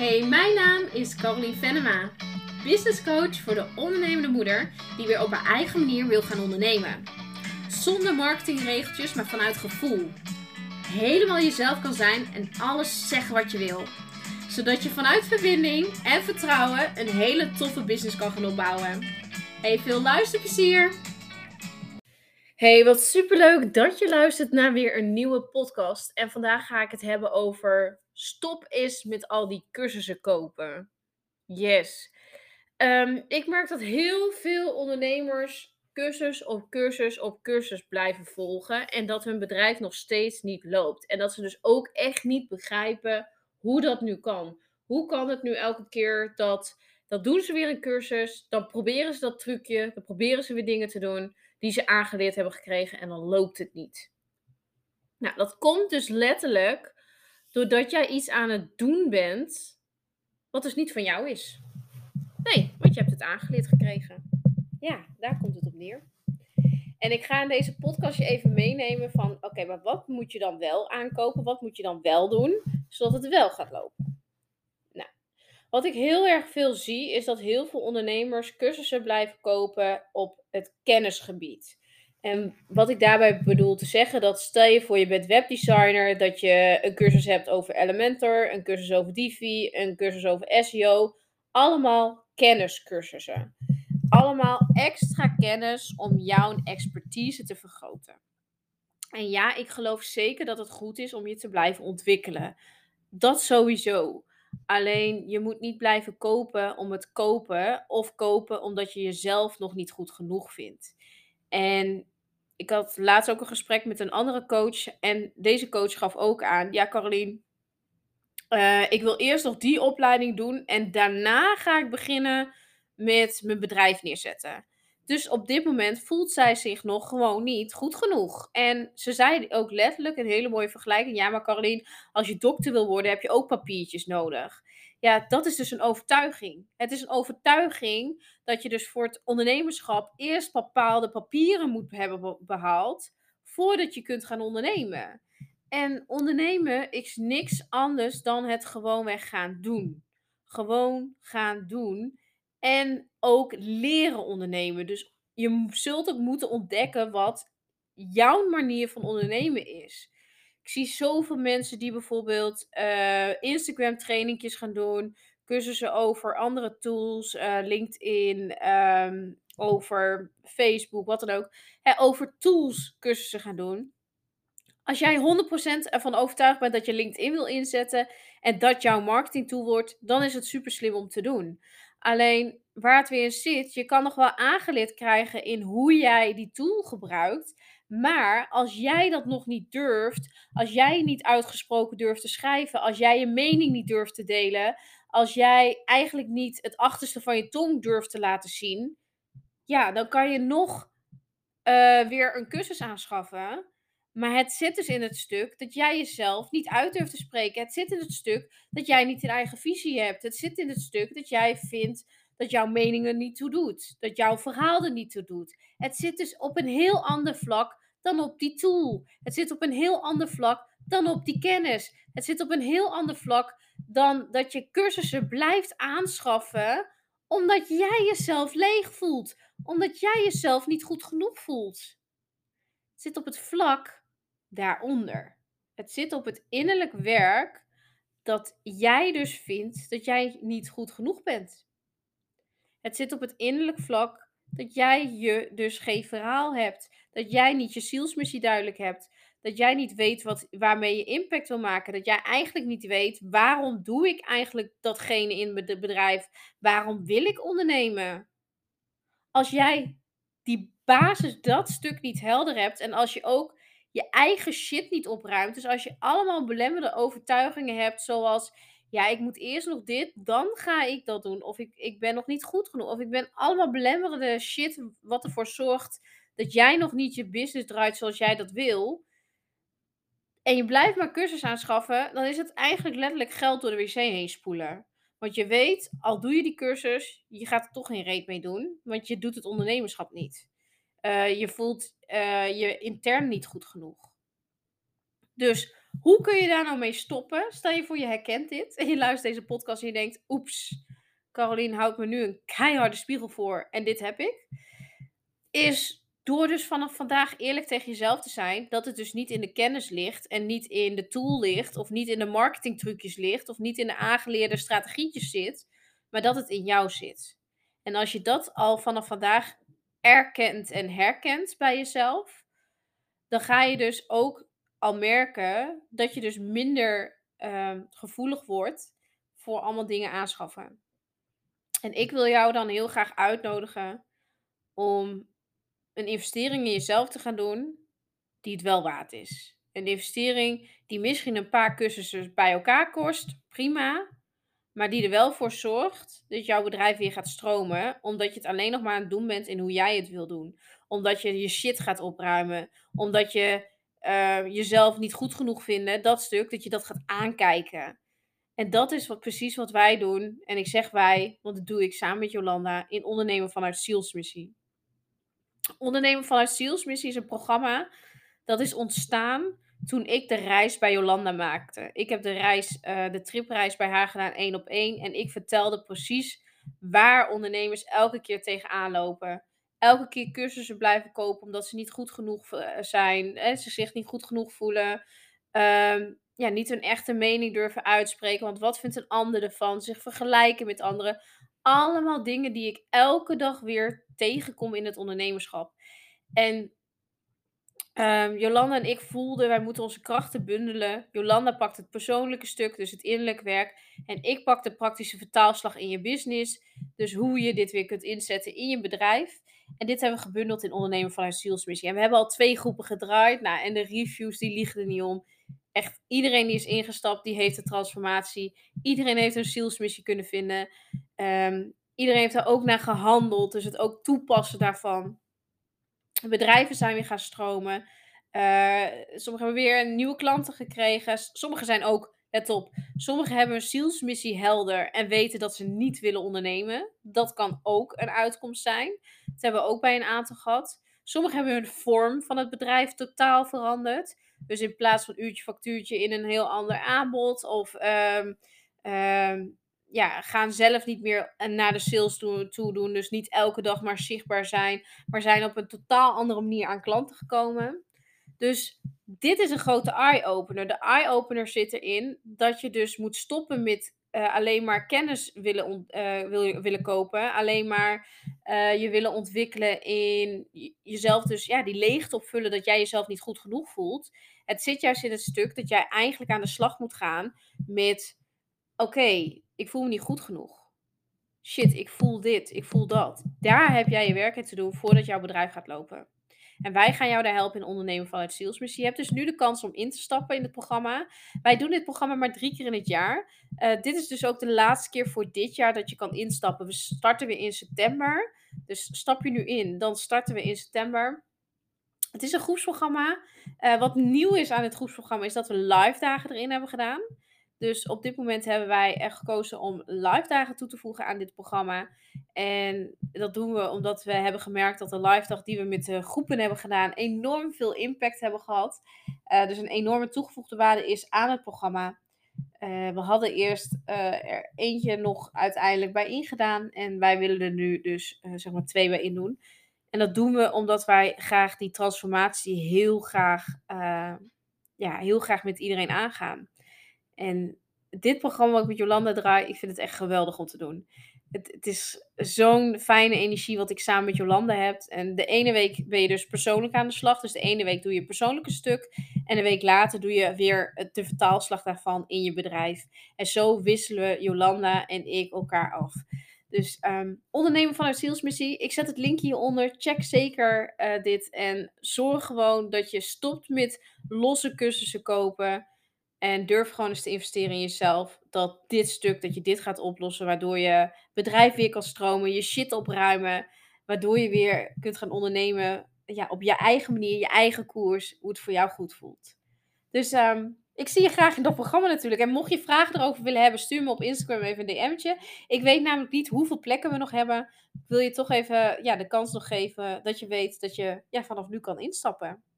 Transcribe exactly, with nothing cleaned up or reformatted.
Hey, mijn naam is Caroline Venema, business coach voor de ondernemende moeder die weer op haar eigen manier wil gaan ondernemen. Zonder marketingregeltjes, maar vanuit gevoel. Helemaal jezelf kan zijn en alles zeggen wat je wil. Zodat je vanuit verbinding en vertrouwen een hele toffe business kan gaan opbouwen. Hey, veel luisterplezier! Hey, wat superleuk dat je luistert naar weer een nieuwe podcast. En vandaag ga ik het hebben over stop eens met al die cursussen kopen. Yes. Um, ik merk dat heel veel ondernemers cursus op cursus op cursus blijven volgen. En dat hun bedrijf nog steeds niet loopt. En dat ze dus ook echt niet begrijpen hoe dat nu kan. Hoe kan het nu elke keer dat, dat doen ze weer een cursus. Dan proberen ze dat trucje. Dan proberen ze weer dingen te doen die ze aangeleerd hebben gekregen. En dan loopt het niet. Nou, dat komt dus letterlijk doordat jij iets aan het doen bent wat dus niet van jou is. Nee, want je hebt het aangeleerd gekregen. Ja, daar komt het op neer. En ik ga in deze podcast je even meenemen van, oké, okay, maar wat moet je dan wel aankopen? Wat moet je dan wel doen, zodat het wel gaat lopen? Nou, wat ik heel erg veel zie, is dat heel veel ondernemers cursussen blijven kopen op het kennisgebied. En wat ik daarbij bedoel te zeggen, dat stel je voor je bent webdesigner, dat je een cursus hebt over Elementor, een cursus over Divi, een cursus over S E O. Allemaal kenniscursussen. Allemaal extra kennis om jouw expertise te vergroten. En ja, ik geloof zeker dat het goed is om je te blijven ontwikkelen. Dat sowieso. Alleen je moet niet blijven kopen om het kopen of kopen omdat je jezelf nog niet goed genoeg vindt. En ik had laatst ook een gesprek met een andere coach en deze coach gaf ook aan, ja Caroline, uh, ik wil eerst nog die opleiding doen en daarna ga ik beginnen met mijn bedrijf neerzetten. Dus op dit moment voelt zij zich nog gewoon niet goed genoeg. En ze zei ook letterlijk een hele mooie vergelijking. Ja, maar Caroline, als je dokter wil worden, heb je ook papiertjes nodig. Ja, dat is dus een overtuiging. Het is een overtuiging dat je dus voor het ondernemerschap eerst bepaalde papieren moet hebben behaald voordat je kunt gaan ondernemen. En ondernemen is niks anders dan het gewoonweg gaan doen. Gewoon gaan doen. En ook leren ondernemen. Dus je zult ook moeten ontdekken wat jouw manier van ondernemen is. Ik zie zoveel mensen die bijvoorbeeld uh, Instagram trainingjes gaan doen. Cursussen over andere tools. Uh, LinkedIn. Um, over Facebook. Wat dan ook. Hè, over tools cursussen gaan doen. Als jij honderd procent ervan overtuigd bent dat je LinkedIn wil inzetten en dat jouw marketingtool wordt, dan is het super slim om te doen. Alleen waar het weer in zit, je kan nog wel aangeleerd krijgen in hoe jij die tool gebruikt. Maar als jij dat nog niet durft, als jij niet uitgesproken durft te schrijven, als jij je mening niet durft te delen, als jij eigenlijk niet het achterste van je tong durft te laten zien, ja, dan kan je nog uh, weer een cursus aanschaffen. Maar het zit dus in het stuk dat jij jezelf niet uit durft te spreken. Het zit in het stuk dat jij niet een eigen visie hebt. Het zit in het stuk dat jij vindt dat jouw mening er niet toe doet. Dat jouw verhaal er niet toe doet. Het zit dus op een heel ander vlak dan op die tool. Het zit op een heel ander vlak dan op die kennis. Het zit op een heel ander vlak dan dat je cursussen blijft aanschaffen omdat jij jezelf leeg voelt. Omdat jij jezelf niet goed genoeg voelt. Het zit op het vlak daaronder. Het zit op het innerlijk werk dat jij dus vindt dat jij niet goed genoeg bent. Het zit op het innerlijk vlak dat jij je dus geen verhaal hebt. Dat jij niet je zielsmissie duidelijk hebt. Dat jij niet weet wat, waarmee je impact wil maken. Dat jij eigenlijk niet weet waarom doe ik eigenlijk datgene in het bedrijf. Waarom wil ik ondernemen? Als jij die basis, dat stuk niet helder hebt en als je ook je eigen shit niet opruimt, dus als je allemaal belemmerende overtuigingen hebt zoals, ja, ik moet eerst nog dit, dan ga ik dat doen, of ik, ik ben nog niet goed genoeg, of ik ben allemaal belemmerende shit wat ervoor zorgt dat jij nog niet je business draait zoals jij dat wil, en je blijft maar cursus aanschaffen, dan is het eigenlijk letterlijk geld door de wc heen spoelen. Want je weet, al doe je die cursus, je gaat er toch geen reet mee doen. Want je doet het ondernemerschap niet. Uh, je voelt uh, je intern niet goed genoeg. Dus Hoe kun je daar nou mee stoppen? Stel je voor je herkent dit en je luistert deze podcast en je denkt, oeps, Caroline houdt me nu een keiharde spiegel voor en dit heb ik. Is door dus vanaf vandaag eerlijk tegen jezelf te zijn, dat het dus niet in de kennis ligt en niet in de tool ligt of niet in de marketingtrucjes ligt of niet in de aangeleerde strategietjes zit, maar dat het in jou zit. En als je dat al vanaf vandaag erkent en herkent bij jezelf, dan ga je dus ook al merken dat je dus minder ehm, gevoelig wordt voor allemaal dingen aanschaffen. En ik wil jou dan heel graag uitnodigen om een investering in jezelf te gaan doen die het wel waard is. Een investering die misschien een paar cursussen bij elkaar kost, prima. Maar die er wel voor zorgt dat jouw bedrijf weer gaat stromen. Omdat je het alleen nog maar aan het doen bent in hoe jij het wil doen. Omdat je je shit gaat opruimen. Omdat je eh, jezelf niet goed genoeg vindt. Dat stuk, dat je dat gaat aankijken. En dat is wat, precies wat wij doen. En ik zeg wij, want dat doe ik samen met Jolanda. In Ondernemen vanuit Zielsmissie. Ondernemen vanuit Zielsmissie is een programma dat is ontstaan toen ik de reis bij Jolanda maakte. Ik heb de reis, eh, de tripreis bij haar gedaan, één op één. En ik vertelde precies waar ondernemers elke keer tegenaan lopen. Elke keer cursussen blijven kopen omdat ze niet goed genoeg eh, zijn. Hè, ze zich niet goed genoeg voelen. Ehm, ja, niet hun echte mening durven uitspreken. Want wat vindt een ander ervan? Zich vergelijken met anderen. Allemaal dingen die ik elke dag weer tegenkom in het ondernemerschap. En um, Jolanda en ik voelden, wij moeten onze krachten bundelen. Jolanda pakt het persoonlijke stuk, dus het innerlijk werk. En ik pak de praktische vertaalslag in je business. Dus hoe je dit weer kunt inzetten in je bedrijf. En dit hebben we gebundeld in Ondernemen vanuit Zielsmissie. En we hebben al twee groepen gedraaid. Nou, en de reviews, die liegen er niet om. Echt, iedereen die is ingestapt, die heeft de transformatie. Iedereen heeft een zielsmissie kunnen vinden. Um, iedereen heeft er ook naar gehandeld. Dus het ook toepassen daarvan. Bedrijven zijn weer gaan stromen. Uh, sommigen hebben weer nieuwe klanten gekregen. Sommigen zijn ook, let op, sommigen hebben een zielsmissie helder en weten dat ze niet willen ondernemen. Dat kan ook een uitkomst zijn. Dat hebben we ook bij een aantal gehad. Sommigen hebben hun vorm van het bedrijf totaal veranderd. Dus in plaats van uurtje factuurtje in een heel ander aanbod. Of um, um, ja, gaan zelf niet meer naar de sales toe, toe doen. Dus niet elke dag maar zichtbaar zijn. Maar zijn op een totaal andere manier aan klanten gekomen. Dus dit is een grote eye-opener. De eye-opener zit erin dat je dus moet stoppen met uh, alleen maar kennis willen, ont- uh, wil, willen kopen. Alleen maar uh, je willen ontwikkelen in jezelf. Dus ja, die leegte opvullen dat jij jezelf niet goed genoeg voelt. Het zit juist in het stuk dat jij eigenlijk aan de slag moet gaan met... Oké, okay, ik voel me niet goed genoeg. Shit, ik voel dit, ik voel dat. Daar heb jij je werk in te doen voordat jouw bedrijf gaat lopen. En wij gaan jou daar helpen in Ondernemen vanuit Zielsmissie. Je hebt dus nu de kans om in te stappen in het programma. Wij doen dit programma maar drie keer in het jaar. Uh, dit is dus ook de laatste keer voor dit jaar dat je kan instappen. We starten weer in september. Dus stap je nu in, dan starten we in september. Het is een groepsprogramma. Uh, wat nieuw is aan het groepsprogramma is dat we live dagen erin hebben gedaan. Dus op dit moment hebben wij er gekozen om live dagen toe te voegen aan dit programma. En dat doen we omdat we hebben gemerkt dat de live dag die we met de groepen hebben gedaan enorm veel impact hebben gehad. Uh, dus een enorme toegevoegde waarde is aan het programma. Uh, we hadden eerst uh, er eentje nog uiteindelijk bij ingedaan. En wij willen er nu dus uh, zeg maar twee bij in doen. En dat doen we omdat wij graag die transformatie heel graag, uh, ja, heel graag met iedereen aangaan. En dit programma wat ik met Jolanda draai, ik vind het echt geweldig om te doen. Het, het is zo'n fijne energie wat ik samen met Jolanda heb. En de ene week ben je dus persoonlijk aan de slag. Dus de ene week doe je een persoonlijke stuk. En een week later doe je weer de vertaalslag daarvan in je bedrijf. En zo wisselen Jolanda en ik elkaar af. Dus um, ondernemen vanuit Zielsmissie. Ik zet het linkje hieronder. Check zeker uh, dit. En zorg gewoon dat je stopt met losse cursussen kopen. En durf gewoon eens te investeren in jezelf. Dat dit stuk, dat je dit gaat oplossen. Waardoor je bedrijf weer kan stromen. Je shit opruimen. Waardoor je weer kunt gaan ondernemen. Ja, op je eigen manier, je eigen koers. Hoe het voor jou goed voelt. Dus um, ik zie je graag in dat programma natuurlijk. En mocht je vragen erover willen hebben, stuur me op Instagram even een D M'tje. Ik weet namelijk niet hoeveel plekken we nog hebben. Ik wil je toch even ja, de kans nog geven dat je weet dat je ja, vanaf nu kan instappen.